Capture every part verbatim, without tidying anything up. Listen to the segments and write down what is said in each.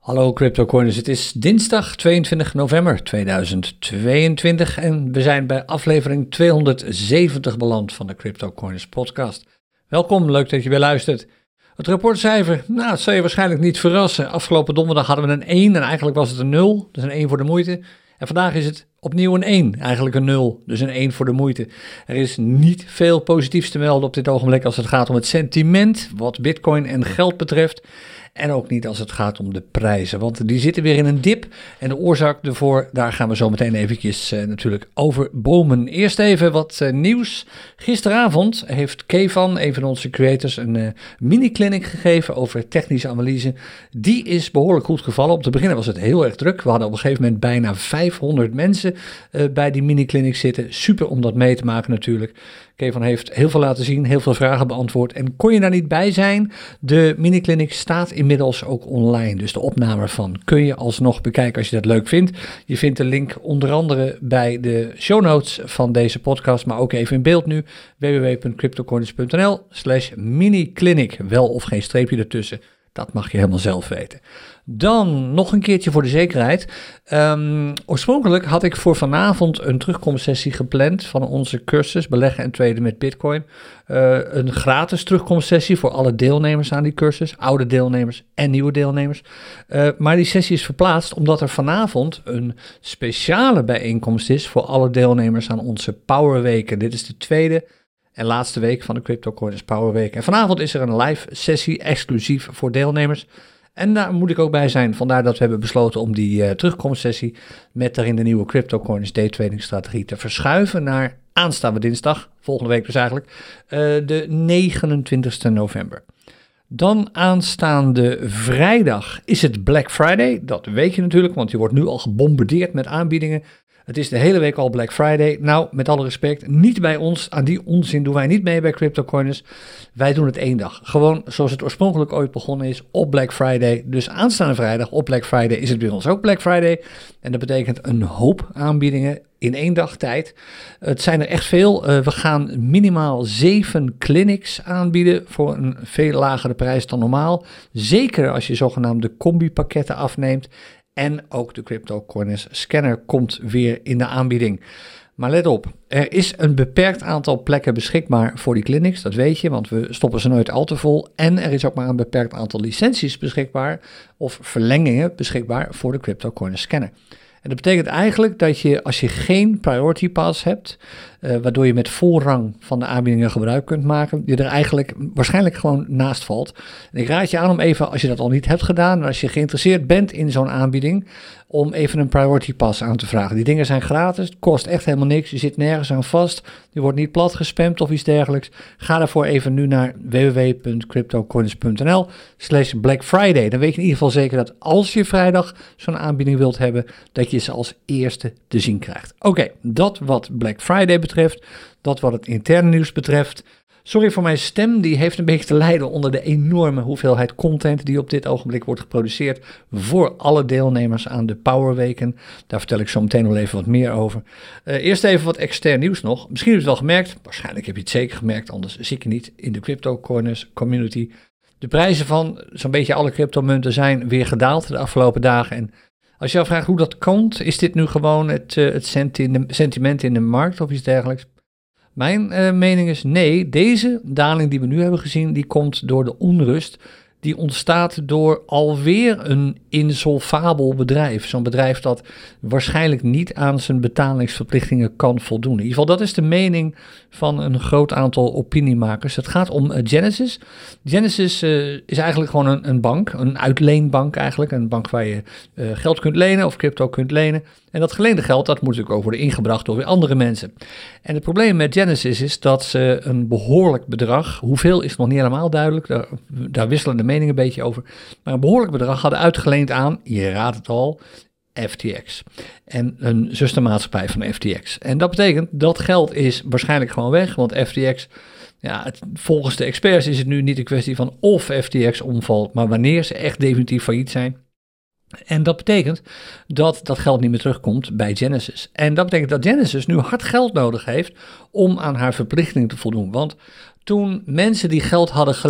Hallo CryptoCoiners, het is dinsdag tweeëntwintig november tweeduizend tweeëntwintig en we zijn bij aflevering tweehonderdzeventig beland van de CryptoCoiners podcast. Welkom, leuk dat je weer luistert. Het rapportcijfer, nou het zal je waarschijnlijk niet verrassen. Afgelopen donderdag hadden we een één en eigenlijk was het een nul, dus een één voor de moeite. En vandaag is het opnieuw een één, eigenlijk een nul, dus een één voor de moeite. Er is niet veel positiefs te melden op dit ogenblik als het gaat om het sentiment, wat bitcoin en geld betreft. En ook niet als het gaat om de prijzen, want die zitten weer in een dip. En de oorzaak ervoor, daar gaan we zo meteen eventjes uh, natuurlijk over bomen. Eerst even wat uh, nieuws. Gisteravond heeft Kevan, een van onze creators, een uh, mini-clinic gegeven over technische analyse. Die is behoorlijk goed gevallen. Om te beginnen was het heel erg druk. We hadden op een gegeven moment bijna vijfhonderd mensen uh, bij die mini-clinic zitten. Super om dat mee te maken natuurlijk. Kevan heeft heel veel laten zien, heel veel vragen beantwoord. En kon je daar niet bij zijn? De mini-clinic staat inmiddels ook online. Dus de opname ervan kun je alsnog bekijken als je dat leuk vindt. Je vindt de link onder andere bij de show notes van deze podcast, maar ook even in beeld nu. w w w punt cryptocoiners punt n l slash miniclinic. Wel of geen streepje ertussen. Dat mag je helemaal zelf weten. Dan nog een keertje voor de zekerheid. Um, oorspronkelijk had ik voor vanavond een terugkomstsessie gepland van onze cursus Beleggen en Traden met Bitcoin. Uh, een gratis terugkomstsessie voor alle deelnemers aan die cursus. Oude deelnemers en nieuwe deelnemers. Uh, maar die sessie is verplaatst omdat er vanavond een speciale bijeenkomst is voor alle deelnemers aan onze Powerweken. Dit is de tweede en laatste week van de CryptoCoiners Power Week. En vanavond is er een live sessie exclusief voor deelnemers. En daar moet ik ook bij zijn. Vandaar dat we hebben besloten om die uh, terugkomstsessie met daarin de nieuwe CryptoCoiners daytrading strategie te verschuiven naar aanstaande dinsdag, volgende week dus eigenlijk, uh, de negenentwintigste november. Dan aanstaande vrijdag is het Black Friday. Dat weet je natuurlijk, want je wordt nu al gebombardeerd met aanbiedingen. Het is de hele week al Black Friday. Nou, met alle respect, niet bij ons. Aan die onzin doen wij niet mee bij CryptoCoiners. Wij doen het één dag. Gewoon zoals het oorspronkelijk ooit begonnen is, op Black Friday. Dus aanstaande vrijdag op Black Friday is het bij ons ook Black Friday. En dat betekent een hoop aanbiedingen in één dag tijd. Het zijn er echt veel. Uh, we gaan minimaal zeven clinics aanbieden voor een veel lagere prijs dan normaal. Zeker als je zogenaamde combi-pakketten afneemt. En ook de CryptoCoiners scanner komt weer in de aanbieding. Maar let op, er is een beperkt aantal plekken beschikbaar voor die clinics, dat weet je, want we stoppen ze nooit al te vol. En er is ook maar een beperkt aantal licenties beschikbaar of verlengingen beschikbaar voor de CryptoCoiners scanner. En dat betekent eigenlijk dat je, als je geen priority pass hebt, uh, waardoor je met voorrang van de aanbiedingen gebruik kunt maken, je er eigenlijk waarschijnlijk gewoon naast valt. En ik raad je aan om even, als je dat al niet hebt gedaan, en als je geïnteresseerd bent in zo'n aanbieding, om even een priority pass aan te vragen. Die dingen zijn gratis, het kost echt helemaal niks, je zit nergens aan vast, je wordt niet plat gespamd of iets dergelijks. Ga daarvoor even nu naar w w w punt cryptocoiners punt n l slash Black Friday. Dan weet je in ieder geval zeker dat als je vrijdag zo'n aanbieding wilt hebben, dat je ze als eerste te zien krijgt. Oké, okay, dat wat Black Friday betreft, dat wat het interne nieuws betreft. Sorry voor mijn stem, die heeft een beetje te lijden onder de enorme hoeveelheid content die op dit ogenblik wordt geproduceerd voor alle deelnemers aan de Powerweken. Daar vertel ik zo meteen nog even wat meer over. Uh, eerst even wat extern nieuws nog. Misschien heb je het wel gemerkt, waarschijnlijk heb je het zeker gemerkt, anders zie ik je niet in de CryptoCoiners community. De prijzen van zo'n beetje alle cryptomunten zijn weer gedaald de afgelopen dagen. En als je je afvraagt hoe dat komt, is dit nu gewoon het, uh, het senti- sentiment in de markt of iets dergelijks? Mijn uh, mening is nee, deze daling die we nu hebben gezien, die komt door de onrust. Die ontstaat door alweer een insolvabel bedrijf. Zo'n bedrijf dat waarschijnlijk niet aan zijn betalingsverplichtingen kan voldoen. In ieder geval, dat is de mening van een groot aantal opiniemakers. Het gaat om Genesis. Genesis uh, is eigenlijk gewoon een, een bank, een uitleenbank eigenlijk. Een bank waar je uh, geld kunt lenen of crypto kunt lenen. En dat geleende geld, dat moet natuurlijk ook worden ingebracht door weer andere mensen. En het probleem met Genesis is dat ze een behoorlijk bedrag, hoeveel is nog niet helemaal duidelijk, daar, daar wisselen de meningen een beetje over, maar een behoorlijk bedrag hadden uitgeleend aan, je raadt het al, F T X. En een zustermaatschappij van F T X. En dat betekent dat geld is waarschijnlijk gewoon weg, want F T X, ja, het, volgens de experts is het nu niet een kwestie van of F T X omvalt, maar wanneer ze echt definitief failliet zijn. En dat betekent dat dat geld niet meer terugkomt bij Genesis. En dat betekent dat Genesis nu hard geld nodig heeft om aan haar verplichting te voldoen. Want toen mensen die geld hadden geleend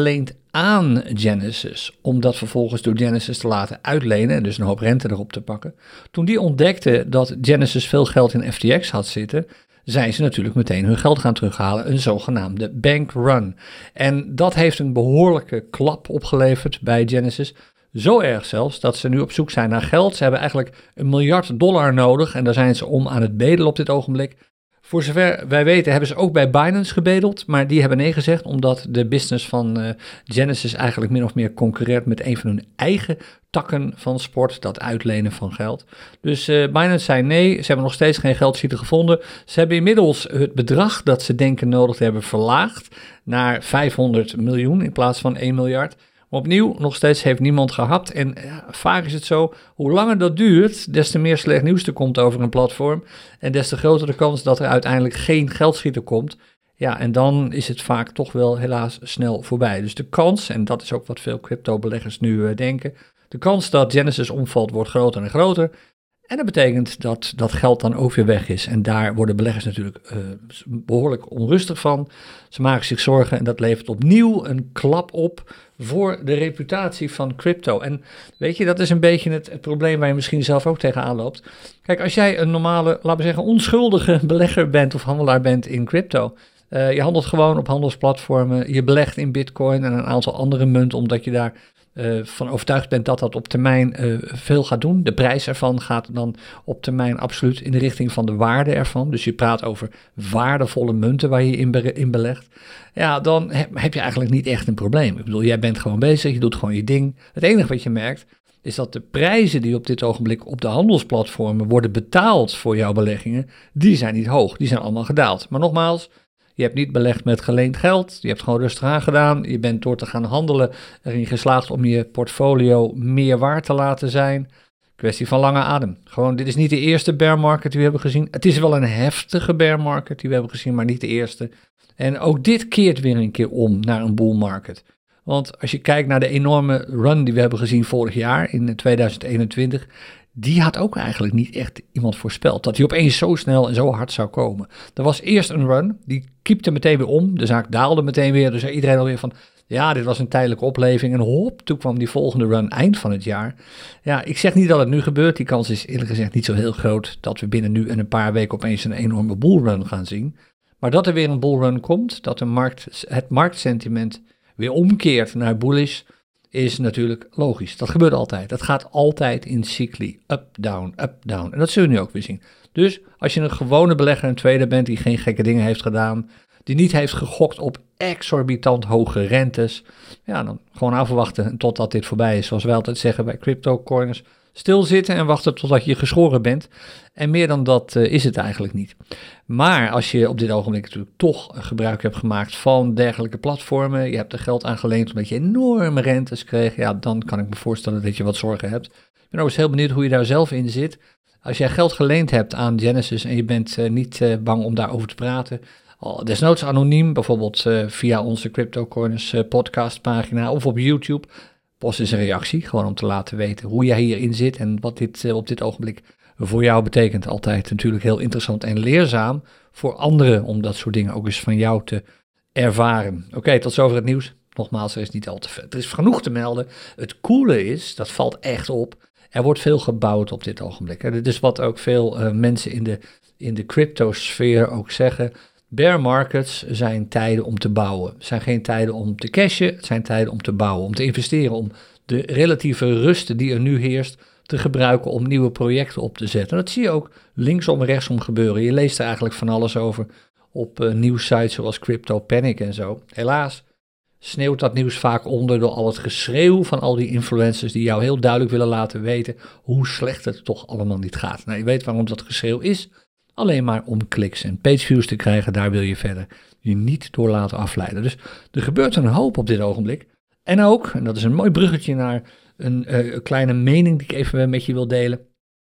aan Genesis om dat vervolgens door Genesis te laten uitlenen en dus een hoop rente erop te pakken. Toen die ontdekten dat Genesis veel geld in F T X had zitten, zijn ze natuurlijk meteen hun geld gaan terughalen, een zogenaamde bank run. En dat heeft een behoorlijke klap opgeleverd bij Genesis. Zo erg zelfs dat ze nu op zoek zijn naar geld. Ze hebben eigenlijk een miljard dollar nodig en daar zijn ze om aan het bedelen op dit ogenblik. Voor zover wij weten hebben ze ook bij Binance gebedeld, maar die hebben nee gezegd omdat de business van uh, Genesis eigenlijk min of meer concurreert met een van hun eigen takken van sport, dat uitlenen van geld. Dus uh, Binance zei nee, ze hebben nog steeds geen geldschieten gevonden. Ze hebben inmiddels het bedrag dat ze denken nodig te hebben verlaagd naar vijfhonderd miljoen in plaats van één miljard. Maar opnieuw, nog steeds heeft niemand gehapt. En ja, vaak is het zo, hoe langer dat duurt, des te meer slecht nieuws er komt over een platform. En des te groter de kans dat er uiteindelijk geen geldschieter komt. Ja, en dan is het vaak toch wel helaas snel voorbij. Dus de kans, en dat is ook wat veel crypto-beleggers nu uh, denken, de kans dat Genesis omvalt wordt groter en groter. En dat betekent dat dat geld dan ook weer weg is. En daar worden beleggers natuurlijk uh, behoorlijk onrustig van. Ze maken zich zorgen en dat levert opnieuw een klap op voor de reputatie van crypto. En weet je, dat is een beetje het, het probleem waar je misschien zelf ook tegenaan loopt. Kijk, als jij een normale, laten we zeggen, onschuldige belegger bent of handelaar bent in crypto. Uh, je handelt gewoon op handelsplatformen, je belegt in bitcoin en een aantal andere munten omdat je daar Uh, van overtuigd bent dat dat op termijn uh, veel gaat doen. De prijs ervan gaat dan op termijn absoluut in de richting van de waarde ervan. Dus je praat over waardevolle munten waar je in, be- in belegt. Ja, dan heb, heb je eigenlijk niet echt een probleem. Ik bedoel, jij bent gewoon bezig, je doet gewoon je ding. Het enige wat je merkt is dat de prijzen die op dit ogenblik op de handelsplatformen worden betaald voor jouw beleggingen, die zijn niet hoog, die zijn allemaal gedaald. Maar nogmaals, je hebt niet belegd met geleend geld, je hebt gewoon rustig aangedaan. Je bent door te gaan handelen erin geslaagd om je portfolio meer waard te laten zijn. Kwestie van lange adem. Gewoon, dit is niet de eerste bear market die we hebben gezien. Het is wel een heftige bear market die we hebben gezien, maar niet de eerste. En ook dit keert weer een keer om naar een bull market. Want als je kijkt naar de enorme run die we hebben gezien vorig jaar in tweeduizend eenentwintig... die had ook eigenlijk niet echt iemand voorspeld. Dat die opeens zo snel en zo hard zou komen. Er was eerst een run, die kiepte meteen weer om. De zaak daalde meteen weer. Dus iedereen alweer van, ja, dit was een tijdelijke opleving. En hop, toen kwam die volgende run eind van het jaar. Ja, ik zeg niet dat het nu gebeurt. Die kans is eerlijk gezegd niet zo heel groot dat we binnen nu en een paar weken opeens een enorme bullrun gaan zien. Maar dat er weer een bullrun komt, dat de markt, het marktsentiment weer omkeert naar bullish, is natuurlijk logisch. Dat gebeurt altijd. Dat gaat altijd in cycli. Up, down, up, down. En dat zul je nu ook weer zien. Dus als je een gewone belegger, een trader bent die geen gekke dingen heeft gedaan, die niet heeft gegokt op exorbitant hoge rentes, ja, dan gewoon afwachten totdat dit voorbij is. Zoals wij altijd zeggen bij cryptocoins. Stilzitten en wachten totdat je geschoren bent. En meer dan dat uh, is het eigenlijk niet. Maar als je op dit ogenblik natuurlijk toch gebruik hebt gemaakt van dergelijke platformen, je hebt er geld aan geleend omdat je enorme rentes kreeg, ja, dan kan ik me voorstellen dat je wat zorgen hebt. Ik ben overigens heel benieuwd hoe je daar zelf in zit. Als jij geld geleend hebt aan Genesis en je bent uh, niet uh, bang om daarover te praten, al desnoods anoniem, bijvoorbeeld uh, via onze CryptoCorners uh, podcastpagina of op YouTube, post eens een reactie, gewoon om te laten weten hoe jij hierin zit en wat dit uh, op dit ogenblik voor jou betekent. Altijd natuurlijk heel interessant en leerzaam voor anderen om dat soort dingen ook eens van jou te ervaren. Oké, okay, tot zover het nieuws. Nogmaals, er is niet al te veel. Er is genoeg te melden. Het coole is, dat valt echt op, er wordt veel gebouwd op dit ogenblik. Hè. Dit is wat ook veel uh, mensen in de, in de cryptosfeer ook zeggen. Bear markets zijn tijden om te bouwen. Het zijn geen tijden om te cashen, het zijn tijden om te bouwen, om te investeren, om de relatieve rust die er nu heerst te gebruiken om nieuwe projecten op te zetten. En dat zie je ook linksom en rechtsom gebeuren. Je leest er eigenlijk van alles over op uh, nieuwssites zoals CryptoPanic en zo. Helaas sneeuwt dat nieuws vaak onder door al het geschreeuw van al die influencers die jou heel duidelijk willen laten weten hoe slecht het toch allemaal niet gaat. Nou, je weet waarom dat geschreeuw is. Alleen maar om kliks en pageviews te krijgen, daar wil je verder je niet door laten afleiden. Dus er gebeurt een hoop op dit ogenblik. En ook, en dat is een mooi bruggetje naar een, uh, een kleine mening die ik even met je wil delen.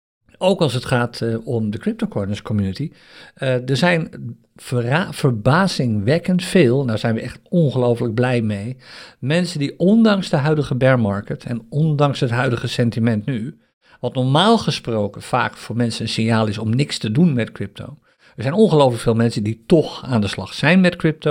Ook als het gaat uh, om de CryptoCorners community. Uh, er zijn verra- verbazingwekkend veel, daar zijn we echt ongelooflijk blij mee, mensen die ondanks de huidige bear market en ondanks het huidige sentiment nu, wat normaal gesproken vaak voor mensen een signaal is om niks te doen met crypto. Er zijn ongelooflijk veel mensen die toch aan de slag zijn met crypto,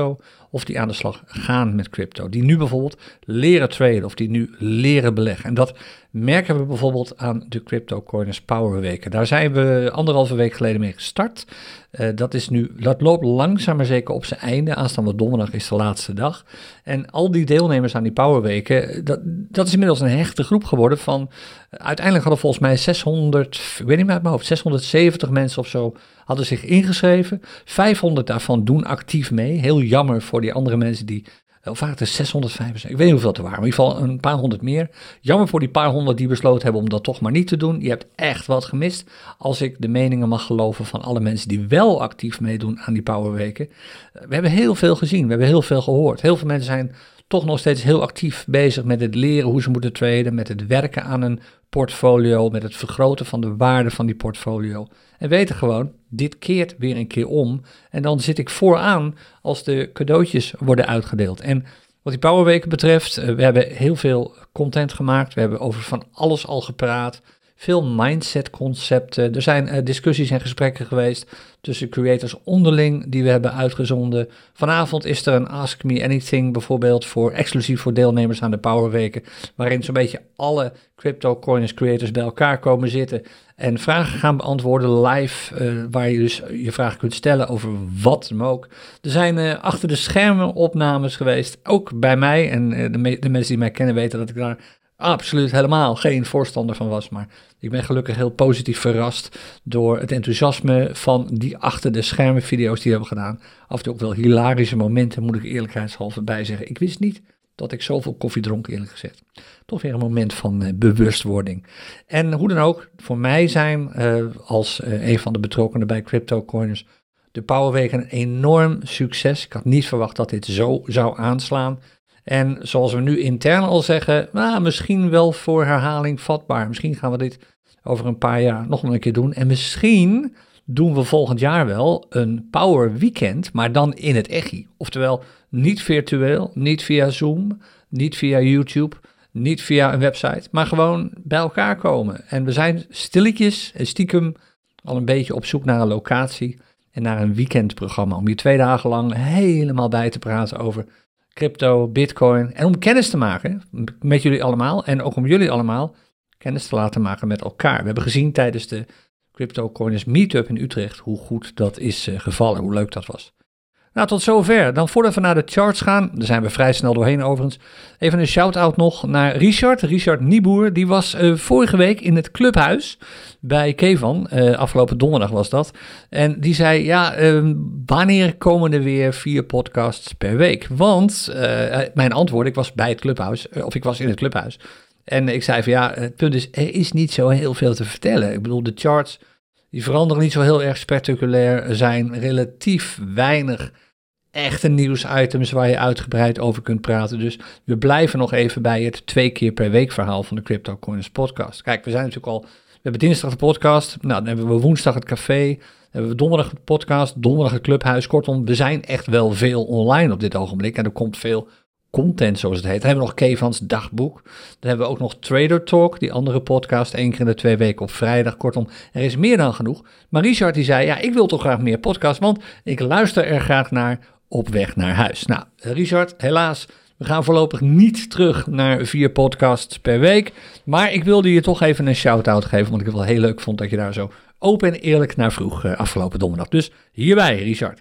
of die aan de slag gaan met crypto. Die nu bijvoorbeeld leren traden of die nu leren beleggen. En dat merken we bijvoorbeeld aan de CryptoCoiners Power Weken. Daar zijn we anderhalve week geleden mee gestart. Uh, dat, is nu, dat loopt langzaam maar zeker op zijn einde. Aanstaande donderdag is de laatste dag. En al die deelnemers aan die Powerweken, dat, dat is inmiddels een hechte groep geworden van, uh, uiteindelijk hadden volgens mij zeshonderd, ik weet niet meer uit mijn hoofd, zeshonderdzeventig mensen of zo hadden zich ingeschreven. vijfhonderd daarvan doen actief mee. Heel jammer voor die andere mensen die, of vaak er zeshonderdvijfenzestig, ik weet niet hoeveel het er waren, maar in ieder geval een paar honderd meer. Jammer voor die paar honderd die besloten hebben om dat toch maar niet te doen. Je hebt echt wat gemist, als ik de meningen mag geloven van alle mensen die wel actief meedoen aan die Powerweken. We hebben heel veel gezien, we hebben heel veel gehoord. Heel veel mensen zijn toch nog steeds heel actief bezig met het leren hoe ze moeten traden, met het werken aan een portfolio, met het vergroten van de waarde van die portfolio. En weten gewoon, dit keert weer een keer om. En dan zit ik vooraan als de cadeautjes worden uitgedeeld. En wat die Powerweken betreft, we hebben heel veel content gemaakt. We hebben over van alles al gepraat. Veel mindset concepten. Er zijn uh, discussies en gesprekken geweest tussen creators onderling die we hebben uitgezonden. Vanavond is er een Ask Me Anything bijvoorbeeld voor exclusief voor deelnemers aan de Powerweken, waarin zo'n beetje alle CryptoCoiners creators bij elkaar komen zitten en vragen gaan beantwoorden live, uh, waar je dus je vragen kunt stellen over wat dan ook. Er zijn uh, achter de schermen opnames geweest, ook bij mij, en uh, de, me- de mensen die mij kennen weten dat ik daar absoluut helemaal geen voorstander van was, maar ik ben gelukkig heel positief verrast door het enthousiasme van die achter de schermen video's die we hebben gedaan. Af en toe ook wel hilarische momenten, moet ik eerlijkheidshalve bij zeggen. Ik wist niet dat ik zoveel koffie dronk, eerlijk gezegd. Toch weer een moment van uh, bewustwording. En hoe dan ook, voor mij zijn uh, als uh, een van de betrokkenen bij CryptoCoiners de Powerweken een enorm succes. Ik had niet verwacht dat dit zo zou aanslaan. En zoals we nu intern al zeggen, nou, misschien wel voor herhaling vatbaar. Misschien gaan we dit over een paar jaar nog een keer doen. En misschien doen we volgend jaar wel een Power Weekend, maar dan in het echi. Oftewel niet virtueel, niet via Zoom, niet via YouTube, niet via een website, maar gewoon bij elkaar komen. En we zijn stilletjes en stiekem al een beetje op zoek naar een locatie en naar een weekendprogramma. Om hier twee dagen lang helemaal bij te praten over crypto, bitcoin en om kennis te maken met jullie allemaal en ook om jullie allemaal kennis te laten maken met elkaar. We hebben gezien tijdens de CryptoCoiners Meetup in Utrecht hoe goed dat is uh, gevallen, hoe leuk dat was. Nou, tot zover. Dan voordat we naar de charts gaan, daar zijn we vrij snel doorheen overigens, even een shout-out nog naar Richard, Richard Nieboer. Die was uh, vorige week in het clubhuis bij Kevan, uh, afgelopen donderdag was dat. En die zei, ja, uh, wanneer komen er weer vier podcasts per week? Want, uh, mijn antwoord, ik was bij het clubhuis, uh, of ik was in het clubhuis. En ik zei van, ja, het punt is, er is niet zo heel veel te vertellen. Ik bedoel, de charts, die veranderen niet zo heel erg spectaculair, er zijn relatief weinig echte nieuwsitems waar je uitgebreid over kunt praten. Dus we blijven nog even bij het twee keer per week verhaal van de CryptoCoiners podcast. Kijk, we zijn natuurlijk al, we hebben dinsdag de podcast, nou dan hebben we woensdag het café, dan hebben we donderdag de podcast, donderdag het clubhuis. Kortom, we zijn echt wel veel online op dit ogenblik en er komt veel content, zoals het heet. Dan hebben we nog Kevans dagboek. Dan hebben we ook nog Trader Talk, die andere podcast, één keer in de twee weken op vrijdag. Kortom, er is meer dan genoeg. Maar Richard die zei, ja, ik wil toch graag meer podcast, want ik luister er graag naar op weg naar huis. Nou, Richard, helaas, we gaan voorlopig niet terug naar vier podcasts per week. Maar ik wilde je toch even een shout-out geven, want ik het wel heel leuk vond dat je daar zo open en eerlijk naar vroeg uh, afgelopen donderdag. Dus hierbij, Richard.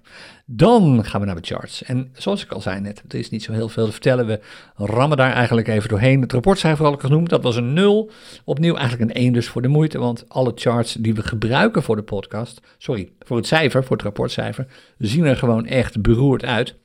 Dan gaan we naar de charts. En zoals ik al zei net, er is niet zo heel veel te vertellen. We rammen daar eigenlijk even doorheen. Het rapportcijfer had ik genoemd, dat was een nul. Opnieuw eigenlijk een één dus voor de moeite, want alle charts die we gebruiken voor de podcast, sorry, voor het cijfer, voor het rapportcijfer, zien er gewoon echt beroerd uit.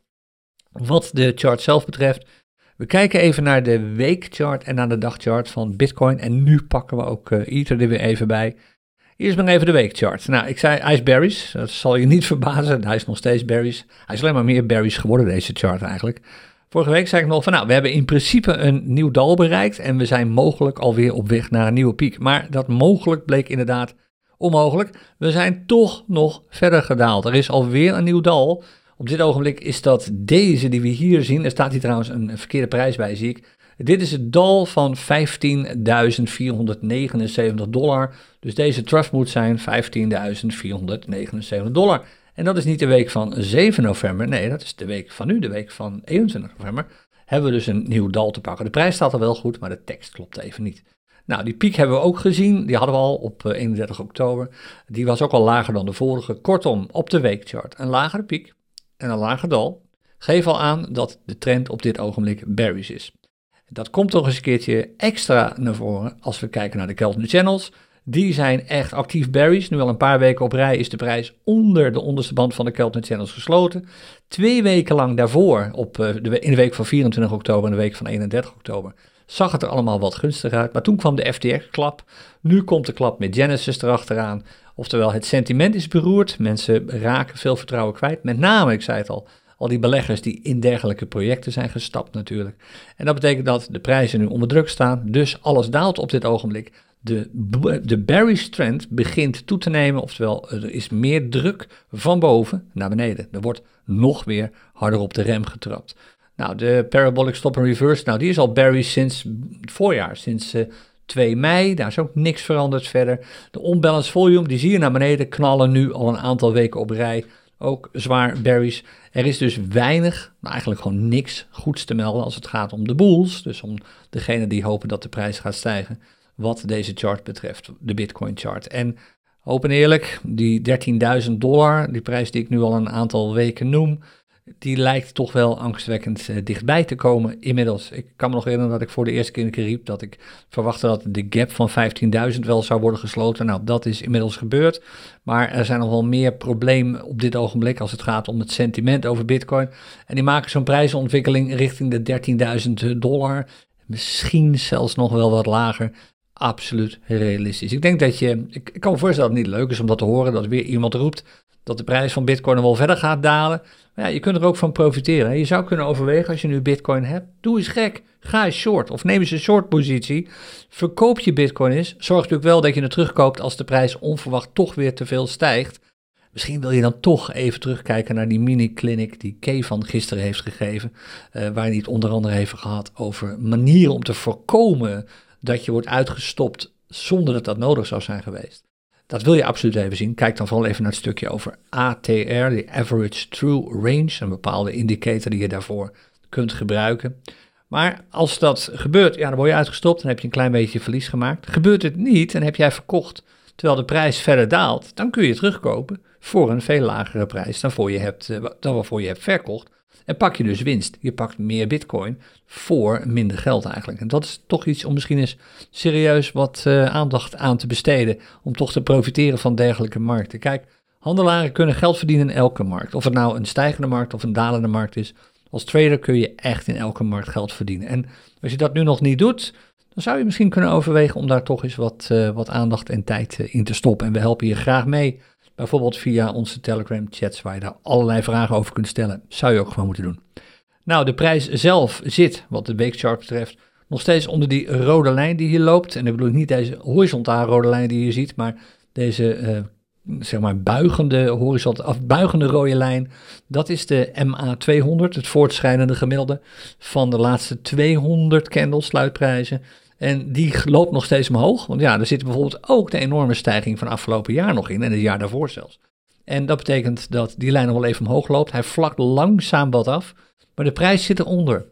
Wat de chart zelf betreft, we kijken even naar de weekchart en naar de dagchart van Bitcoin. En nu pakken we ook uh, Ether er weer even bij. Eerst maar even de weekchart. Nou, ik zei hij is bearish. Dat zal je niet verbazen. Hij is nog steeds bearish. Hij is alleen maar meer bearish geworden, deze chart eigenlijk. Vorige week zei ik nog van, nou, we hebben in principe een nieuw dal bereikt en we zijn mogelijk alweer op weg naar een nieuwe piek. Maar dat mogelijk bleek inderdaad onmogelijk. We zijn toch nog verder gedaald. Er is alweer een nieuw dal. Op dit ogenblik is dat deze die we hier zien. Er staat hier trouwens een verkeerde prijs bij, zie ik. Dit is het dal van vijftienduizend vierhonderdnegenenzeventig dollar. Dus deze trough moet zijn vijftienduizend vierhonderdnegenenzeventig dollar. En dat is niet de week van zeven november, nee, dat is de week van nu, de week van eenentwintig november, hebben we dus een nieuw dal te pakken. De prijs staat er wel goed, maar de tekst klopt even niet. Nou, die piek hebben we ook gezien, die hadden we al op eenendertig oktober. Die was ook al lager dan de vorige. Kortom, op de weekchart een lagere piek en een lager dal. Geef al aan dat de trend op dit ogenblik bearish is. Dat komt toch eens een keertje extra naar voren als we kijken naar de Keltner Channels. Die zijn echt actief bearish. Nu al een paar weken op rij is de prijs onder de onderste band van de Keltner Channels gesloten. Twee weken lang daarvoor, op de, in de week van vierentwintig oktober en de week van eenendertig oktober, zag het er allemaal wat gunstiger uit. Maar toen kwam de F T X-klap. Nu komt de klap met Genesis erachteraan. Oftewel, het sentiment is beroerd. Mensen raken veel vertrouwen kwijt. Met name, ik zei het al, al die beleggers die in dergelijke projecten zijn gestapt natuurlijk. En dat betekent dat de prijzen nu onder druk staan. Dus alles daalt op dit ogenblik. De, de bearish trend begint toe te nemen. Oftewel, er is meer druk van boven naar beneden. Er wordt nog weer harder op de rem getrapt. Nou, de Parabolic Stop and Reverse, nou die is al bearish sinds het voorjaar, sinds uh, twee mei. Daar is ook niks veranderd verder. De unbalanced volume, die zie je naar beneden knallen nu al een aantal weken op rij. Ook zwaar bearish. Er is dus weinig, nou eigenlijk gewoon niks goeds te melden als het gaat om de bulls. Dus om degene die hopen dat de prijs gaat stijgen, wat deze chart betreft, de Bitcoin chart. En open eerlijk, die dertienduizend dollar, die prijs die ik nu al een aantal weken noem, die lijkt toch wel angstwekkend uh, dichtbij te komen inmiddels. Ik kan me nog herinneren dat ik voor de eerste keer een keer riep dat ik verwachtte dat de gap van vijftienduizend wel zou worden gesloten. Nou, dat is inmiddels gebeurd. Maar er zijn nog wel meer problemen op dit ogenblik als het gaat om het sentiment over Bitcoin. En die maken zo'n prijsontwikkeling richting de dertienduizend dollar. Misschien zelfs nog wel wat lager. Absoluut realistisch. Ik denk dat je, ik, ik kan me voorstellen dat het niet leuk is om dat te horen, dat weer iemand roept dat de prijs van Bitcoin nog wel verder gaat dalen. Maar ja, je kunt er ook van profiteren. Je zou kunnen overwegen, als je nu Bitcoin hebt, doe eens gek. Ga eens short of neem eens een short positie. Verkoop je Bitcoin eens. Zorg natuurlijk wel dat je het terugkoopt als de prijs onverwacht toch weer te veel stijgt. Misschien wil je dan toch even terugkijken naar die mini-clinic die Kay van gisteren heeft gegeven. Uh, waar hij het onder andere heeft gehad over manieren om te voorkomen dat je wordt uitgestopt zonder dat dat nodig zou zijn geweest. Dat wil je absoluut even zien. Kijk dan vooral even naar het stukje over A T R, de Average True Range, een bepaalde indicator die je daarvoor kunt gebruiken. Maar als dat gebeurt, ja, dan word je uitgestopt, dan heb je een klein beetje verlies gemaakt. Gebeurt het niet en heb jij verkocht terwijl de prijs verder daalt, dan kun je terugkopen voor een veel lagere prijs dan, voor je hebt, dan waarvoor je hebt verkocht. En pak je dus winst. Je pakt meer Bitcoin voor minder geld eigenlijk. En dat is toch iets om misschien eens serieus wat uh, aandacht aan te besteden. Om toch te profiteren van dergelijke markten. Kijk, handelaren kunnen geld verdienen in elke markt. Of het nou een stijgende markt of een dalende markt is. Als trader kun je echt in elke markt geld verdienen. En als je dat nu nog niet doet, dan zou je misschien kunnen overwegen om daar toch eens wat, uh, wat aandacht en tijd uh, in te stoppen. En we helpen je graag mee. Bijvoorbeeld via onze Telegram chats waar je daar allerlei vragen over kunt stellen. Zou je ook gewoon moeten doen. Nou, de prijs zelf zit, wat de weekchart betreft, nog steeds onder die rode lijn die hier loopt. En dan bedoel ik niet deze horizontale rode lijn die je ziet, maar deze uh, zeg maar buigende, horizontaal, of buigende rode lijn. Dat is de M A tweehonderd, het voortschrijdende gemiddelde van de laatste tweehonderd candle sluitprijzen. En die loopt nog steeds omhoog, want ja, er zit bijvoorbeeld ook de enorme stijging van afgelopen jaar nog in en het jaar daarvoor zelfs. En dat betekent dat die lijn nog wel even omhoog loopt. Hij vlakt langzaam wat af, maar de prijs zit eronder.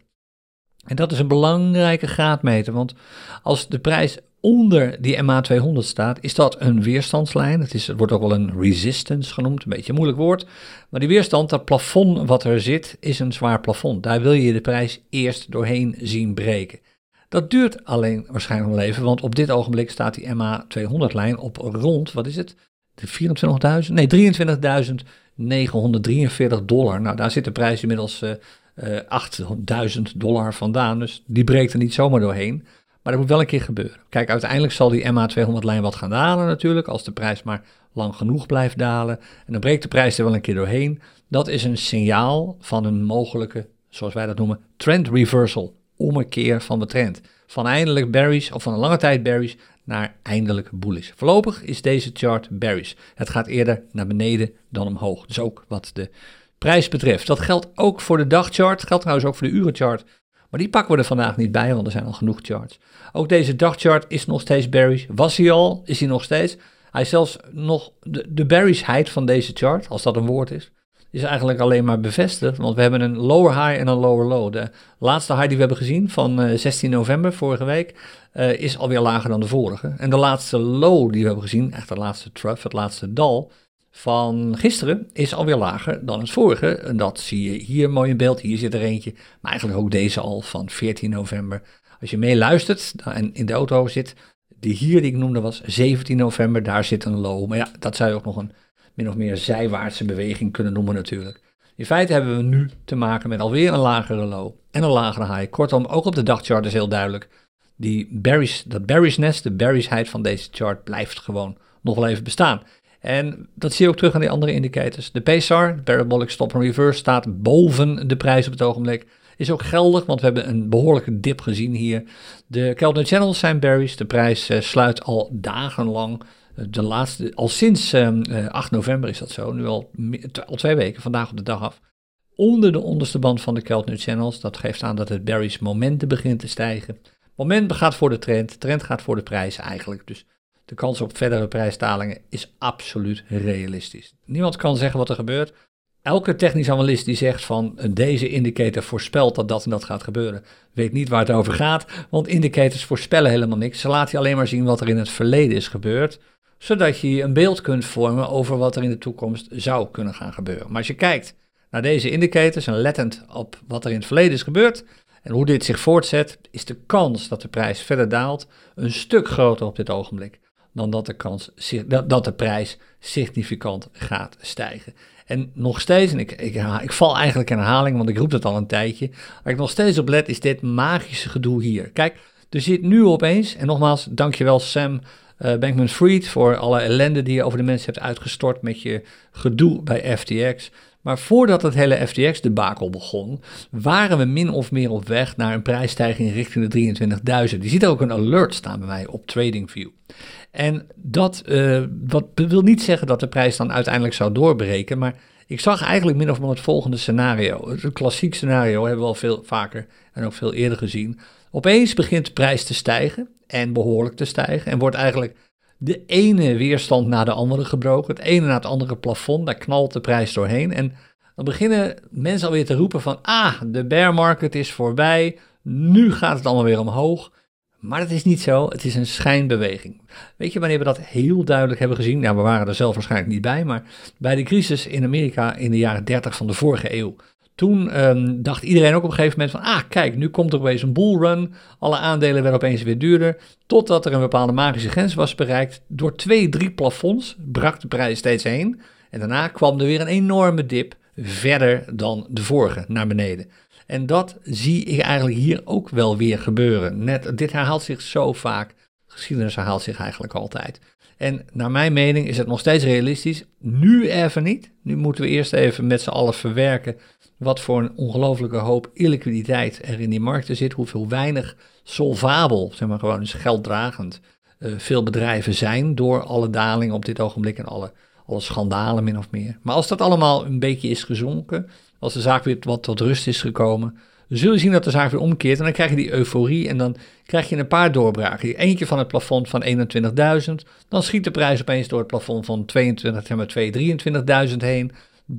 En dat is een belangrijke graadmeter, want als de prijs onder die M A tweehonderd staat, is dat een weerstandslijn. Het, is, het wordt ook wel een resistance genoemd, een beetje een moeilijk woord. Maar die weerstand, dat plafond wat er zit, is een zwaar plafond. Daar wil je de prijs eerst doorheen zien breken. Dat duurt alleen waarschijnlijk wel even, want op dit ogenblik staat die M A tweehonderd lijn op rond, wat is het? De vierentwintigduizend? Nee, drieëntwintigduizend negenhonderddrieënveertig dollar. Nou, daar zit de prijs inmiddels uh, uh, achtduizend dollar vandaan, dus die breekt er niet zomaar doorheen. Maar dat moet wel een keer gebeuren. Kijk, uiteindelijk zal die M A tweehonderd lijn wat gaan dalen natuurlijk, als de prijs maar lang genoeg blijft dalen. En dan breekt de prijs er wel een keer doorheen. Dat is een signaal van een mogelijke, zoals wij dat noemen, trend reversal. Ommekeer van de trend. Van eindelijk bearish of van een lange tijd bearish naar eindelijk bullish. Voorlopig is deze chart bearish. Het gaat eerder naar beneden dan omhoog. Dus ook wat de prijs betreft. Dat geldt ook voor de dagchart. Geldt trouwens ook voor de urenchart. Maar die pakken we er vandaag niet bij, want er zijn al genoeg charts. Ook deze dagchart is nog steeds bearish. Was hij al, is hij nog steeds. Hij is zelfs nog, de, de bearisheid van deze chart, als dat een woord is, is eigenlijk alleen maar bevestigd, want we hebben een lower high en een lower low. De laatste high die we hebben gezien van uh, zestien november vorige week uh, is alweer lager dan de vorige. En de laatste low die we hebben gezien, echt de laatste trough, het laatste dal van gisteren, is alweer lager dan het vorige. En dat zie je hier mooi in beeld, hier zit er eentje, maar eigenlijk ook deze al van veertien november. Als je meeluistert en in de auto zit, die hier die ik noemde was zeventien november, daar zit een low. Maar ja, dat zou je ook nog een min of meer zijwaartse beweging kunnen noemen natuurlijk. In feite hebben we nu te maken met alweer een lagere low en een lagere high. Kortom, ook op de dagchart is heel duidelijk. Die bearish, dat bearishness, de bearishheid van deze chart blijft gewoon nog wel even bestaan. En dat zie je ook terug aan die andere indicators. De P S R, Parabolic Stop and Reverse, staat boven de prijs op het ogenblik. Is ook geldig, want we hebben een behoorlijke dip gezien hier. De Keltner Channels zijn bearish. De prijs uh, sluit al dagenlang. De laatste, al sinds um, uh, acht november is dat zo, nu al, al twee weken, vandaag op de dag af, onder de onderste band van de Keltner Channels. Dat geeft aan dat het bearish momentum begint te stijgen. Moment gaat voor de trend, trend gaat voor de prijs eigenlijk. Dus de kans op verdere prijsdalingen is absoluut realistisch. Niemand kan zeggen wat er gebeurt. Elke technisch analist die zegt van deze indicator voorspelt dat dat en dat gaat gebeuren, weet niet waar het over gaat, want indicators voorspellen helemaal niks. Ze laten je alleen maar zien wat er in het verleden is gebeurd, zodat je een beeld kunt vormen over wat er in de toekomst zou kunnen gaan gebeuren. Maar als je kijkt naar deze indicators en lettend op wat er in het verleden is gebeurd en hoe dit zich voortzet, is de kans dat de prijs verder daalt een stuk groter op dit ogenblik dan dat de, kans, dat de prijs significant gaat stijgen. En nog steeds, en ik, ik, ik val eigenlijk in herhaling, want ik roep het al een tijdje, waar ik nog steeds op let, is dit magische gedoe hier. Kijk, er zit nu opeens, en nogmaals, dankjewel Sam uh, Bankman-Fried voor alle ellende die je over de mensen hebt uitgestort met je gedoe bij F T X. Maar voordat het hele F T X-debakel begon, waren we min of meer op weg naar een prijsstijging richting de drieëntwintigduizend. Je ziet ook een alert staan bij mij op TradingView. En dat uh, wat wil niet zeggen dat de prijs dan uiteindelijk zou doorbreken, maar ik zag eigenlijk min of meer het volgende scenario. Het klassiek scenario hebben we al veel vaker en ook veel eerder gezien. Opeens begint de prijs te stijgen en behoorlijk te stijgen en wordt eigenlijk de ene weerstand na de andere gebroken, het ene na het andere plafond, daar knalt de prijs doorheen en dan beginnen mensen alweer te roepen van ah, de bear market is voorbij, nu gaat het allemaal weer omhoog. Maar dat is niet zo, het is een schijnbeweging. Weet je wanneer we dat heel duidelijk hebben gezien? Nou, we waren er zelf waarschijnlijk niet bij, maar bij de crisis in Amerika in de jaren dertig van de vorige eeuw. Toen um, dacht iedereen ook op een gegeven moment van, ah kijk, nu komt er opeens een bullrun. Alle aandelen werden opeens weer duurder, totdat er een bepaalde magische grens was bereikt. Door twee, drie plafonds brak de prijs steeds heen. En daarna kwam er weer een enorme dip, verder dan de vorige, naar beneden. En dat zie ik eigenlijk hier ook wel weer gebeuren. Net, dit herhaalt zich zo vaak. Geschiedenis herhaalt zich eigenlijk altijd. En naar mijn mening is het nog steeds realistisch. Nu even niet. Nu moeten we eerst even met z'n allen verwerken wat voor een ongelofelijke hoop illiquiditeit er in die markten zit. Hoeveel weinig solvabel, zeg maar gewoon dus gelddragend, uh, veel bedrijven zijn door alle dalingen op dit ogenblik en alle, alle schandalen min of meer. Maar als dat allemaal een beetje is gezonken, als de zaak weer wat tot rust is gekomen, dan zul je zien dat de zaak weer omkeert en dan krijg je die euforie en dan krijg je een paar doorbraken. Eentje van het plafond van eenentwintigduizend, dan schiet de prijs opeens door het plafond van tweeëntwintig, drieëntwintigduizend heen.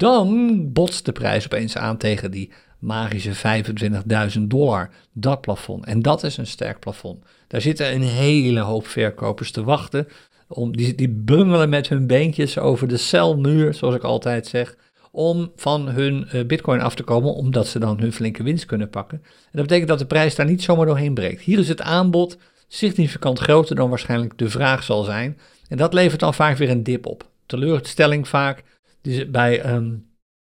Dan botst de prijs opeens aan tegen die magische vijfentwintigduizend dollar, dat plafond. En dat is een sterk plafond. Daar zitten een hele hoop verkopers te wachten. Om, die, die bungelen met hun beentjes over de celmuur, zoals ik altijd zeg, om van hun uh, bitcoin af te komen, omdat ze dan hun flinke winst kunnen pakken. En dat betekent dat de prijs daar niet zomaar doorheen breekt. Hier is het aanbod significant groter dan waarschijnlijk de vraag zal zijn. En dat levert dan vaak weer een dip op. Teleurstelling vaak dus bij um,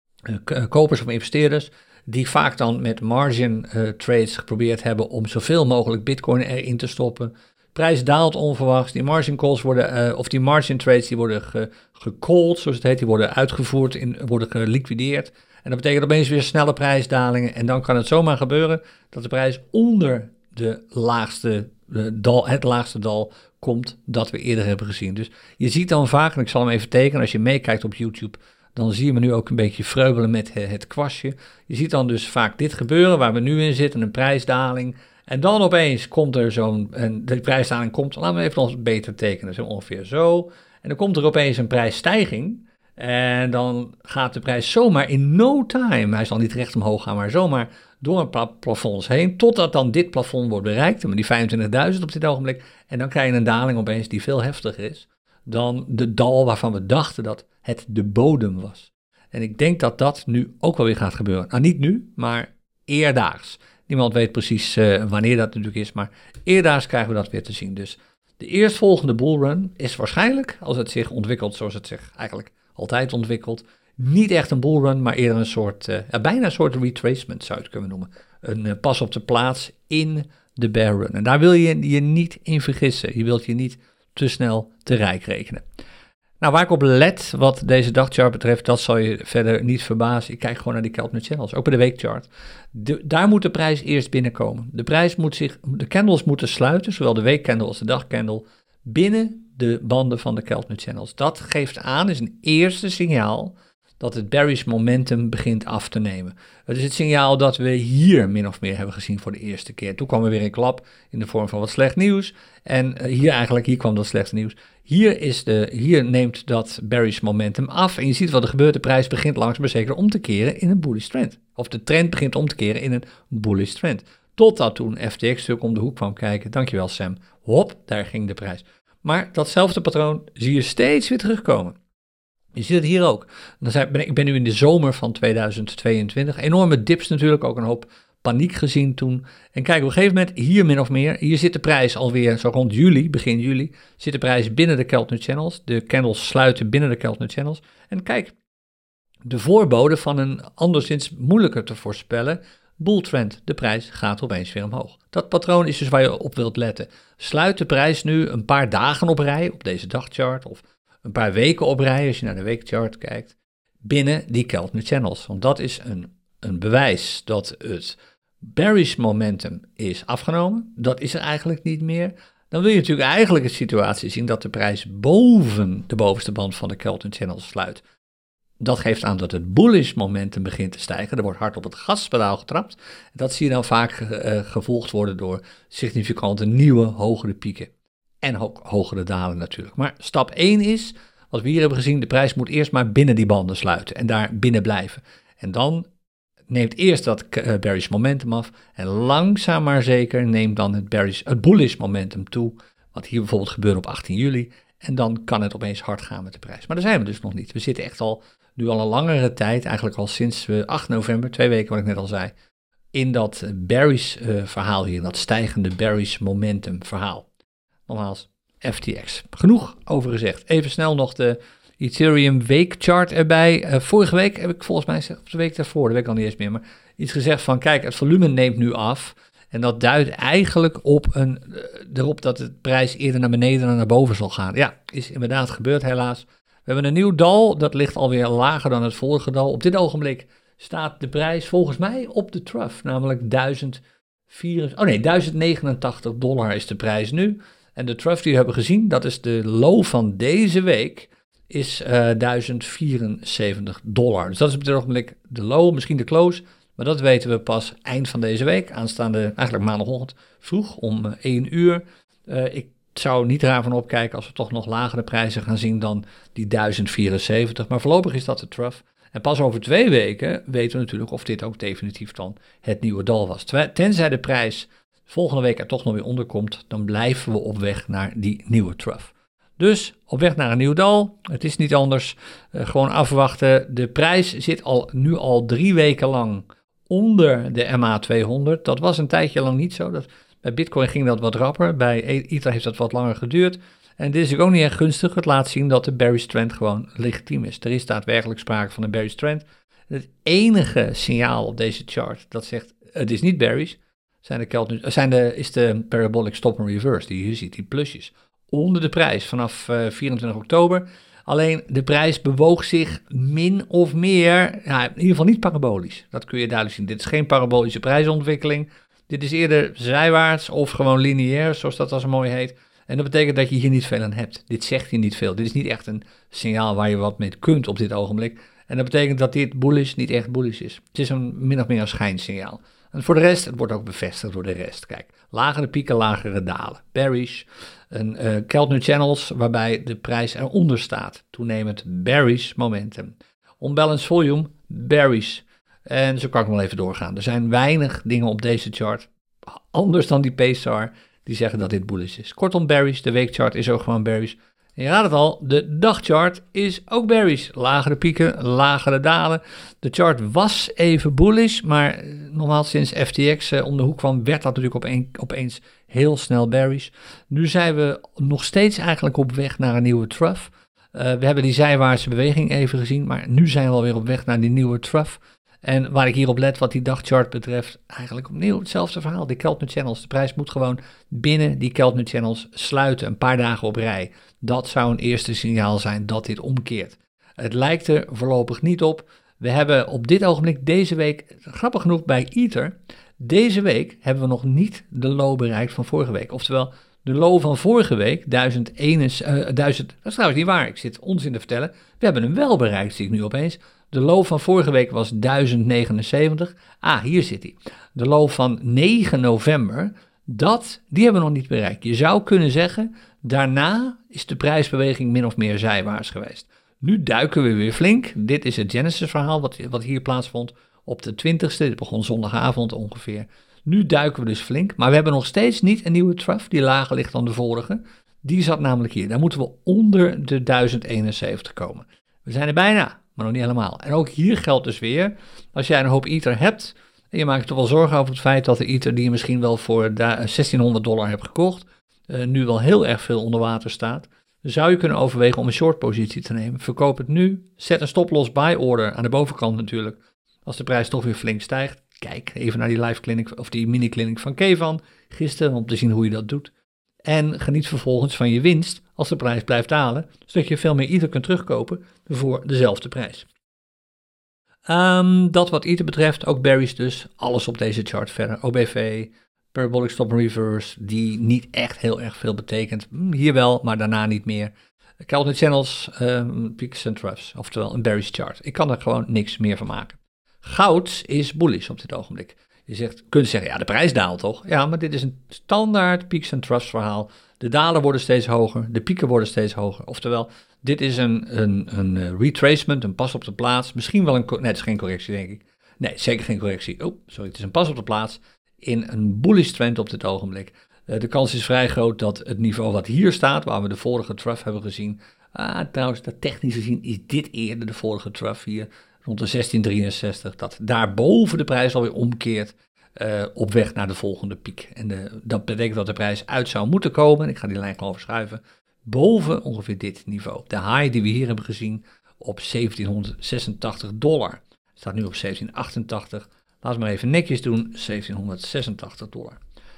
uh, kopers of investeerders, die vaak dan met margin uh, trades geprobeerd hebben om zoveel mogelijk bitcoin erin te stoppen. Prijs daalt onverwachts, die margin calls worden, uh, of die margin trades die worden ge, gecalled, zoals het heet, die worden uitgevoerd, in, worden geliquideerd. En dat betekent opeens weer snelle prijsdalingen en dan kan het zomaar gebeuren dat de prijs onder de laagste, de dal, het laagste dal komt dat we eerder hebben gezien. Dus je ziet dan vaak, en ik zal hem even tekenen, als je meekijkt op YouTube, dan zie je me nu ook een beetje vreubelen met het kwastje. Je ziet dan dus vaak dit gebeuren, waar we nu in zitten, een prijsdaling. En dan opeens komt er zo'n, en de prijsdaling komt, laten we even nog beter tekenen, zo ongeveer zo. En dan komt er opeens een prijsstijging. En dan gaat de prijs zomaar in no time, hij zal niet recht omhoog gaan, maar zomaar door een paar plafonds heen, totdat dan dit plafond wordt bereikt, die vijfentwintigduizend op dit ogenblik. En dan krijg je een daling opeens die veel heftiger is dan de dal waarvan we dachten dat het de bodem was. En ik denk dat dat nu ook wel weer gaat gebeuren. Nou, niet nu, maar eerdaags. Niemand weet precies uh, wanneer dat natuurlijk is, maar eerdaags krijgen we dat weer te zien. Dus de eerstvolgende bullrun is waarschijnlijk, als het zich ontwikkelt zoals het zich eigenlijk altijd ontwikkelt, niet echt een bullrun, maar eerder een soort, uh, ja, bijna een soort retracement zou je het kunnen noemen. Een uh, pas op de plaats in de bear run. En daar wil je je niet in vergissen. Je wilt je niet te snel te rijk rekenen. Nou, waar ik op let wat deze dagchart betreft, dat zal je verder niet verbazen. Ik kijk gewoon naar die Keltner Channels, ook bij de weekchart. De, daar moet de prijs eerst binnenkomen. De prijs moet zich, de candles moeten sluiten, zowel de weekcandle als de dagcandle, binnen de banden van de Keltner Channels. Dat geeft aan, is een eerste signaal dat het bearish momentum begint af te nemen. Het is het signaal dat we hier min of meer hebben gezien voor de eerste keer. Toen kwam er weer een klap in de vorm van wat slecht nieuws. En hier eigenlijk, hier kwam dat slechte nieuws. Hier, is de, hier neemt dat bearish momentum af. En je ziet wat er gebeurt. De prijs begint langzaam maar zeker om te keren in een bullish trend. Of de trend begint om te keren in een bullish trend. Totdat toen F T X stuk om de hoek kwam kijken. Dankjewel Sam. Hop, daar ging de prijs. Maar datzelfde patroon zie je steeds weer terugkomen. Je ziet het hier ook. Dan zijn, ben ik, ik ben nu in de zomer van tweeduizend tweeëntwintig. Enorme dips natuurlijk, ook een hoop paniek gezien toen. En kijk, op een gegeven moment, hier min of meer, hier zit de prijs alweer, zo rond juli, begin juli, zit de prijs binnen de Keltner Channels. De candles sluiten binnen de Keltner Channels. En kijk, de voorbode van een anderszins moeilijker te voorspellen bull trend. De prijs gaat opeens weer omhoog. Dat patroon is dus waar je op wilt letten. Sluit de prijs nu een paar dagen op rij, op deze dagchart, of een paar weken op rij, als je naar de weekchart kijkt, binnen die Keltner Channels. Want dat is een, een bewijs dat het bearish momentum is afgenomen. Dat is er eigenlijk niet meer. Dan wil je natuurlijk eigenlijk een situatie zien dat de prijs boven de bovenste band van de Keltner Channels sluit. Dat geeft aan dat het bullish momentum begint te stijgen. Er wordt hard op het gaspedaal getrapt. Dat zie je dan vaak uh, gevolgd worden door significante nieuwe hogere pieken. En ook hogere dalen natuurlijk. Maar stap één is, wat we hier hebben gezien, de prijs moet eerst maar binnen die banden sluiten en daar binnen blijven. En dan neemt eerst dat uh, bearish momentum af en langzaam maar zeker neemt dan het, bearish, het bullish momentum toe. Wat hier bijvoorbeeld gebeurt op achttien juli. En dan kan het opeens hard gaan met de prijs. Maar daar zijn we dus nog niet. We zitten echt al, nu al een langere tijd, eigenlijk al sinds uh, acht november, twee weken wat ik net al zei, in dat bearish uh, verhaal hier, dat stijgende bearish momentum verhaal. Nogmaals, F T X. Genoeg over gezegd. Even snel nog de Ethereum weekchart erbij. Uh, vorige week heb ik volgens mij, of de week daarvoor, dat weet ik al niet eens meer, maar iets gezegd van, kijk, het volume neemt nu af. En dat duidt eigenlijk op een, uh, erop dat de prijs eerder naar beneden dan naar boven zal gaan. Ja, is inderdaad gebeurd helaas. We hebben een nieuw dal, dat ligt alweer lager dan het vorige dal. Op dit ogenblik staat de prijs volgens mij op de trough, namelijk duizend vier, oh nee, duizend negenentachtig dollar is de prijs nu. En de trough die we hebben gezien, dat is de low van deze week, is uh, duizend vierenzeventig dollar. Dus dat is op dit ogenblik de low, misschien de close, maar dat weten we pas eind van deze week, aanstaande eigenlijk maandagochtend vroeg om uh, één uur. Uh, ik zou niet raar van opkijken als we toch nog lagere prijzen gaan zien dan die duizend vierenzeventig, maar voorlopig is dat de trough. En pas over twee weken weten we natuurlijk of dit ook definitief dan het nieuwe dal was. Tenzij de prijs volgende week er toch nog weer onder komt, dan blijven we op weg naar die nieuwe trough. Dus op weg naar een nieuw dal, het is niet anders, uh, gewoon afwachten. De prijs zit al, nu al drie weken lang onder de M A tweehonderd. Dat was een tijdje lang niet zo. Dat, bij Bitcoin ging dat wat rapper, bij Ether heeft dat wat langer geduurd. En dit is ook niet erg gunstig. Het laat zien dat de bearish trend gewoon legitiem is. Er is daadwerkelijk sprake van een bearish trend. Het enige signaal op deze chart dat zegt het is niet bearish, zijn de Keltner, zijn de, is de parabolic stop and reverse die je hier ziet, die plusjes. Onder de prijs vanaf uh, vierentwintig oktober. Alleen de prijs bewoog zich min of meer, ja, in ieder geval niet parabolisch. Dat kun je duidelijk zien. Dit is geen parabolische prijsontwikkeling. Dit is eerder zijwaarts of gewoon lineair, zoals dat als mooi heet. En dat betekent dat je hier niet veel aan hebt. Dit zegt hier niet veel. Dit is niet echt een signaal waar je wat mee kunt op dit ogenblik. En dat betekent dat dit bullish niet echt bullish is. Het is een min of meer een schijnsignaal. En voor de rest, het wordt ook bevestigd door de rest. Kijk, lagere pieken, lagere dalen. Bearish, een uh, Keltner Channels waarbij de prijs eronder staat. Toenemend bearish momentum. Unbalanced volume, bearish. En zo kan ik wel even doorgaan. Er zijn weinig dingen op deze chart, anders dan die Paystar, die zeggen dat dit bullish is. Kortom bearish, de weekchart is ook gewoon bearish. En je raadt het al, de dagchart is ook bearish. Lagere pieken, lagere dalen. De chart was even bullish, maar normaal sinds F T X uh, om de hoek kwam, werd dat natuurlijk opeen, opeens heel snel bearish. Nu zijn we nog steeds eigenlijk op weg naar een nieuwe trough. Uh, we hebben die zijwaartse beweging even gezien, maar nu zijn we alweer op weg naar die nieuwe trough. En waar ik hierop let, wat die dagchart betreft, eigenlijk opnieuw hetzelfde verhaal. Die Keltner Channels, de prijs moet gewoon binnen die Keltner Channels sluiten, een paar dagen op rij. Dat zou een eerste signaal zijn dat dit omkeert. Het lijkt er voorlopig niet op. We hebben op dit ogenblik deze week, grappig genoeg bij Ether, deze week hebben we nog niet de low bereikt van vorige week. Oftewel, de low van vorige week, duizend één, uh, duizend, dat is trouwens niet waar, ik zit onzin te vertellen. We hebben hem wel bereikt, zie ik nu opeens. De low van vorige week was duizend negenenzeventig. Ah, hier zit hij. De low van negen november, dat, die hebben we nog niet bereikt. Je zou kunnen zeggen, daarna is de prijsbeweging min of meer zijwaarts geweest. Nu duiken we weer flink. Dit is het Genesis verhaal wat, wat hier plaatsvond op de twintigste. Dit begon zondagavond ongeveer. Nu duiken we dus flink, maar we hebben nog steeds niet een nieuwe trough die lager ligt dan de vorige. Die zat namelijk hier. Daar moeten we onder de duizend eenenzeventig komen. We zijn er bijna, maar nog niet helemaal. En ook hier geldt dus weer, als jij een hoop Ether hebt en je maakt je toch wel zorgen over het feit dat de Ether die je misschien wel voor zestienhonderd dollar hebt gekocht, uh, nu wel heel erg veel onder water staat, dan zou je kunnen overwegen om een short positie te nemen. Verkoop het nu, zet een stop-loss buy order aan de bovenkant natuurlijk. Als de prijs toch weer flink stijgt, kijk even naar die live clinic of die mini clinic van Kevan gisteren om te zien hoe je dat doet. En geniet vervolgens van je winst als de prijs blijft dalen, zodat je veel meer Ether kunt terugkopen voor dezelfde prijs. Um, dat wat Ether betreft, ook bearish dus, alles op deze chart verder. O B V, Parabolic Stop Reverse, die niet echt heel erg veel betekent. Hier wel, maar daarna niet meer. Keltner Channels, um, peaks and troughs, oftewel een bearish chart. Ik kan er gewoon niks meer van maken. Goud is bullish op dit ogenblik. Je zegt, kunt zeggen, ja, de prijs daalt toch? Ja, maar dit is een standaard peaks and troughs verhaal. De dalen worden steeds hoger, de pieken worden steeds hoger. Oftewel, dit is een, een, een retracement, een pas op de plaats. Misschien wel een, nee, het is geen correctie, denk ik. Nee, zeker geen correctie. Oh, sorry, het is een pas op de plaats in een bullish trend op dit ogenblik. Uh, de kans is vrij groot dat het niveau wat hier staat, waar we de vorige trough hebben gezien. Ah, trouwens, dat technisch gezien is dit eerder de vorige trough hier, rond de zestien drieënzestig, dat daarboven de prijs alweer omkeert uh, op weg naar de volgende piek. En de, dat betekent dat de prijs uit zou moeten komen, ik ga die lijn gewoon verschuiven, boven ongeveer dit niveau. De high die we hier hebben gezien op zeventienhonderdzesentachtig dollar. Staat nu op zeventien achtentachtig. Laten we maar even netjes doen, zeventienhonderdzesentachtig dollar.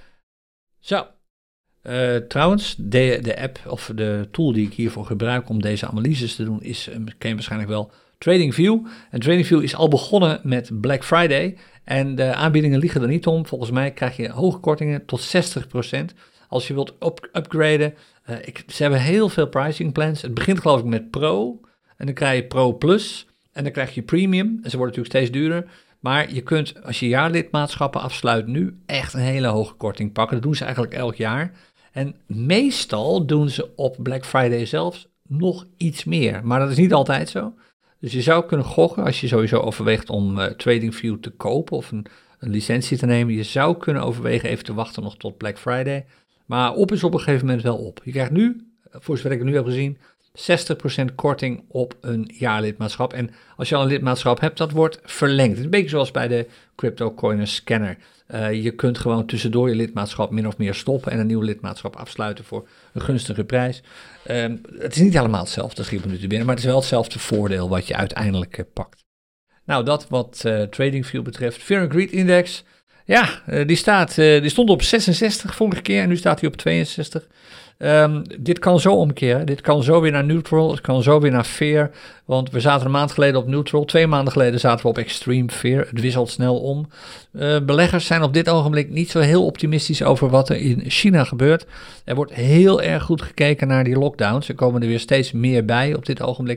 Zo, uh, trouwens, de, de app of de tool die ik hiervoor gebruik om deze analyses te doen is, uh, ken je waarschijnlijk wel, TradingView. En TradingView is al begonnen met Black Friday en de aanbiedingen liegen er niet om. Volgens mij krijg je hoge kortingen tot zestig procent. Als je wilt up- upgraden, uh, ik, ze hebben heel veel pricing plans. Het begint geloof ik met Pro en dan krijg je Pro Plus en dan krijg je Premium. En ze worden natuurlijk steeds duurder. Maar je kunt, als je jaarlidmaatschappen afsluit nu, echt een hele hoge korting pakken. Dat doen ze eigenlijk elk jaar. En meestal doen ze op Black Friday zelfs nog iets meer. Maar dat is niet altijd zo. Dus je zou kunnen gokken, als je sowieso overweegt om uh, TradingView te kopen of een, een licentie te nemen. Je zou kunnen overwegen even te wachten nog tot Black Friday. Maar op is op een gegeven moment wel op. Je krijgt nu, voor zover ik het nu heb gezien, zestig procent korting op een jaarlidmaatschap. En als je al een lidmaatschap hebt, dat wordt verlengd. Het is een beetje zoals bij de CryptoCoiner scanner. Uh, je kunt gewoon tussendoor je lidmaatschap min of meer stoppen en een nieuw lidmaatschap afsluiten voor een gunstige prijs. Uh, het is niet helemaal hetzelfde, schiet me nu te binnen, maar het is wel hetzelfde voordeel wat je uiteindelijk uh, pakt. Nou, dat wat uh, TradingView betreft. Fear and Greed Index, ja, uh, die, staat, uh, die stond op zesenzestig vorige keer en nu staat hij op tweeënzestig. Um, dit kan zo omkeren, dit kan zo weer naar neutral, het kan zo weer naar fear, want we zaten een maand geleden op neutral, twee maanden geleden zaten we op extreme fear, het wisselt snel om. Uh, beleggers zijn op dit ogenblik niet zo heel optimistisch over wat er in China gebeurt. Er wordt heel erg goed gekeken naar die lockdowns, er komen er weer steeds meer bij op dit ogenblik.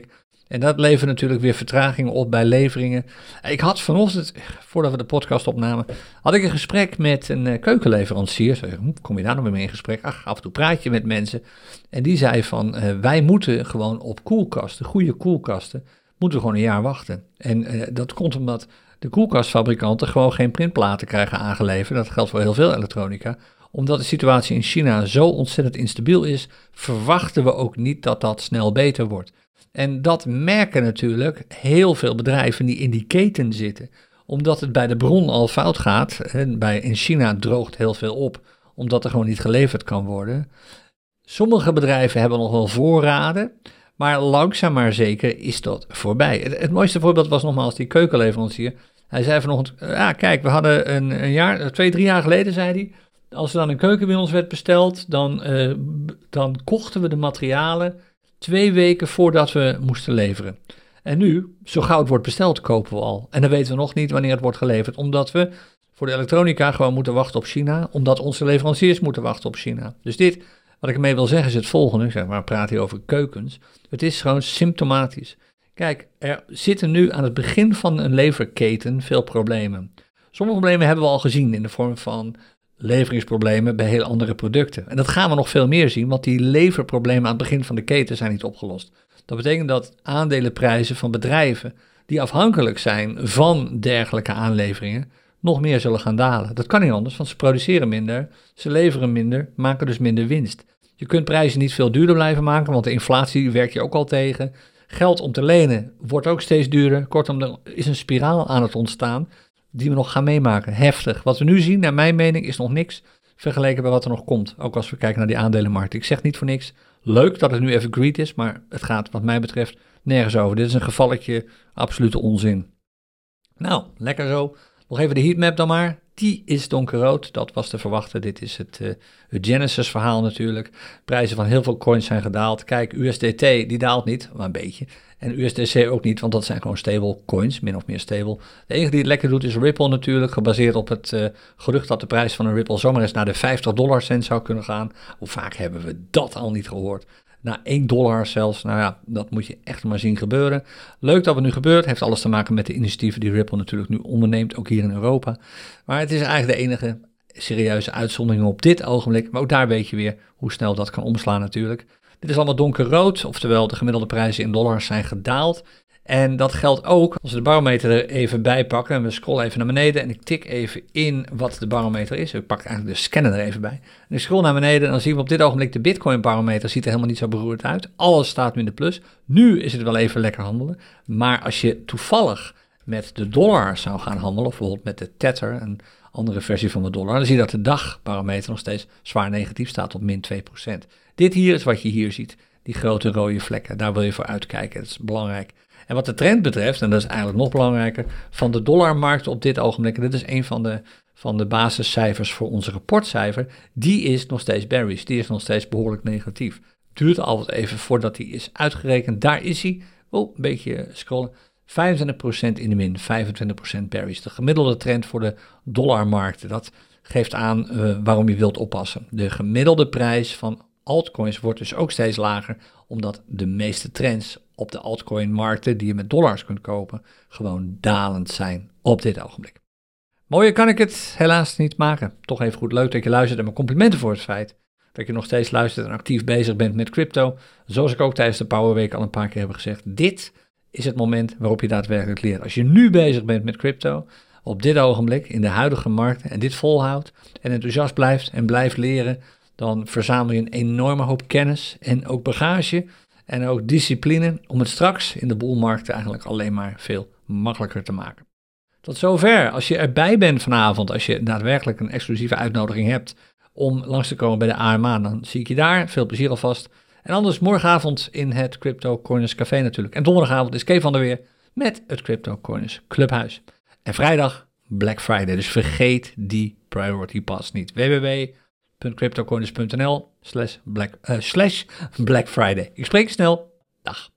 En dat levert natuurlijk weer vertragingen op bij leveringen. Ik had vanochtend, voordat we de podcast opnamen, had ik een gesprek met een uh, keukenleverancier. Hoe kom je daar nog weer mee in gesprek? Ach, af en toe praat je met mensen. En die zei van, uh, wij moeten gewoon op koelkasten, goede koelkasten, moeten we gewoon een jaar wachten. En uh, dat komt omdat de koelkastfabrikanten gewoon geen printplaten krijgen aangeleverd. Dat geldt voor heel veel elektronica. Omdat de situatie in China zo ontzettend instabiel is, verwachten we ook niet dat dat snel beter wordt. En dat merken natuurlijk heel veel bedrijven die in die keten zitten. Omdat het bij de bron al fout gaat. En bij, in China droogt heel veel op, omdat er gewoon niet geleverd kan worden. Sommige bedrijven hebben nog wel voorraden, maar langzaam maar zeker is dat voorbij. Het, het mooiste voorbeeld was nogmaals die keukenleverancier. Hij zei vanochtend, ja kijk, we hadden een, een jaar, twee, drie jaar geleden, zei hij, als er dan een keuken bij ons werd besteld, dan, uh, dan kochten we de materialen twee weken voordat we moesten leveren. En nu, zo gauw het wordt besteld, kopen we al. En dan weten we nog niet wanneer het wordt geleverd, omdat we voor de elektronica gewoon moeten wachten op China, omdat onze leveranciers moeten wachten op China. Dus dit, wat ik ermee wil zeggen, is het volgende. Ik zeg maar, we praten hier over keukens. Het is gewoon symptomatisch. Kijk, er zitten nu aan het begin van een leverketen veel problemen. Sommige problemen hebben we al gezien in de vorm van leveringsproblemen bij heel andere producten. En dat gaan we nog veel meer zien, want die leverproblemen aan het begin van de keten zijn niet opgelost. Dat betekent dat aandelenprijzen van bedrijven die afhankelijk zijn van dergelijke aanleveringen nog meer zullen gaan dalen. Dat kan niet anders, want ze produceren minder, ze leveren minder, maken dus minder winst. Je kunt prijzen niet veel duurder blijven maken, want de inflatie werkt je ook al tegen. Geld om te lenen wordt ook steeds duurder. Kortom, er is een spiraal aan het ontstaan die we nog gaan meemaken. Heftig. Wat we nu zien, naar mijn mening, is nog niks vergeleken bij wat er nog komt. Ook als we kijken naar die aandelenmarkt. Ik zeg niet voor niks, leuk dat het nu even greed is, maar het gaat wat mij betreft nergens over. Dit is een gevalletje absolute onzin. Nou, lekker zo. Nog even de heatmap dan maar. Die is donkerrood, dat was te verwachten. Dit is het, uh, het Genesis verhaal natuurlijk. Prijzen van heel veel coins zijn gedaald. Kijk, U S D T die daalt niet, maar een beetje. En U S D C ook niet, want dat zijn gewoon stable coins, min of meer stable. De enige die het lekker doet is Ripple natuurlijk, gebaseerd op het uh, gerucht dat de prijs van een Ripple zomaar eens naar de vijftig dollar cent zou kunnen gaan. Hoe vaak hebben we dat al niet gehoord? Na één dollar zelfs, nou ja, dat moet je echt maar zien gebeuren. Leuk dat het nu gebeurt, heeft alles te maken met de initiatieven die Ripple natuurlijk nu onderneemt, ook hier in Europa. Maar het is eigenlijk de enige serieuze uitzondering op dit ogenblik, maar ook daar weet je weer hoe snel dat kan omslaan natuurlijk. Dit is allemaal donkerrood, oftewel de gemiddelde prijzen in dollars zijn gedaald. En dat geldt ook als we de barometer er even bij pakken. En we scrollen even naar beneden en ik tik even in wat de barometer is. Ik pak eigenlijk de scanner er even bij. En ik scroll naar beneden en dan zien we op dit ogenblik de Bitcoin barometer. Ziet er helemaal niet zo beroerd uit. Alles staat nu in de plus. Nu is het wel even lekker handelen. Maar als je toevallig met de dollar zou gaan handelen, of bijvoorbeeld met de Tether, een andere versie van de dollar, dan zie je dat de dagbarometer nog steeds zwaar negatief staat op min twee procent. Dit hier is wat je hier ziet. Die grote rode vlekken. Daar wil je voor uitkijken. Dat is belangrijk. En wat de trend betreft, en dat is eigenlijk nog belangrijker, van de dollarmarkt op dit ogenblik, en dit is een van de, van de basiscijfers voor onze rapportcijfer, die is nog steeds bearish, die is nog steeds behoorlijk negatief. Duurt altijd even voordat die is uitgerekend. Daar is hij, oh, een beetje scrollen, vijfentwintig procent in de min, vijfentwintig procent bearish. De gemiddelde trend voor de dollarmarkten, dat geeft aan uh, waarom je wilt oppassen. De gemiddelde prijs van altcoins wordt dus ook steeds lager, omdat de meeste trends op de altcoin-markten die je met dollars kunt kopen, gewoon dalend zijn op dit ogenblik. Mooier kan ik het helaas niet maken. Toch even goed leuk dat je luistert en mijn complimenten voor het feit dat je nog steeds luistert en actief bezig bent met crypto. Zoals ik ook tijdens de Power Week al een paar keer heb gezegd, dit is het moment waarop je daadwerkelijk leert. Als je nu bezig bent met crypto, op dit ogenblik, in de huidige markten, en dit volhoudt en enthousiast blijft en blijft leren, dan verzamel je een enorme hoop kennis en ook bagage en ook discipline om het straks in de boelmarkten eigenlijk alleen maar veel makkelijker te maken. Tot zover. Als je erbij bent vanavond, als je daadwerkelijk een exclusieve uitnodiging hebt om langs te komen bij de A M A, dan zie ik je daar. Veel plezier alvast. En anders morgenavond in het Crypto Corners Café natuurlijk. En donderdagavond is Kees van der Weer met het Crypto Corners Clubhuis. En vrijdag Black Friday, dus vergeet die Priority Pass niet. w w w punt cryptocorners punt n l slash black, uh, slash Black Friday. Ik spreek je snel. Dag.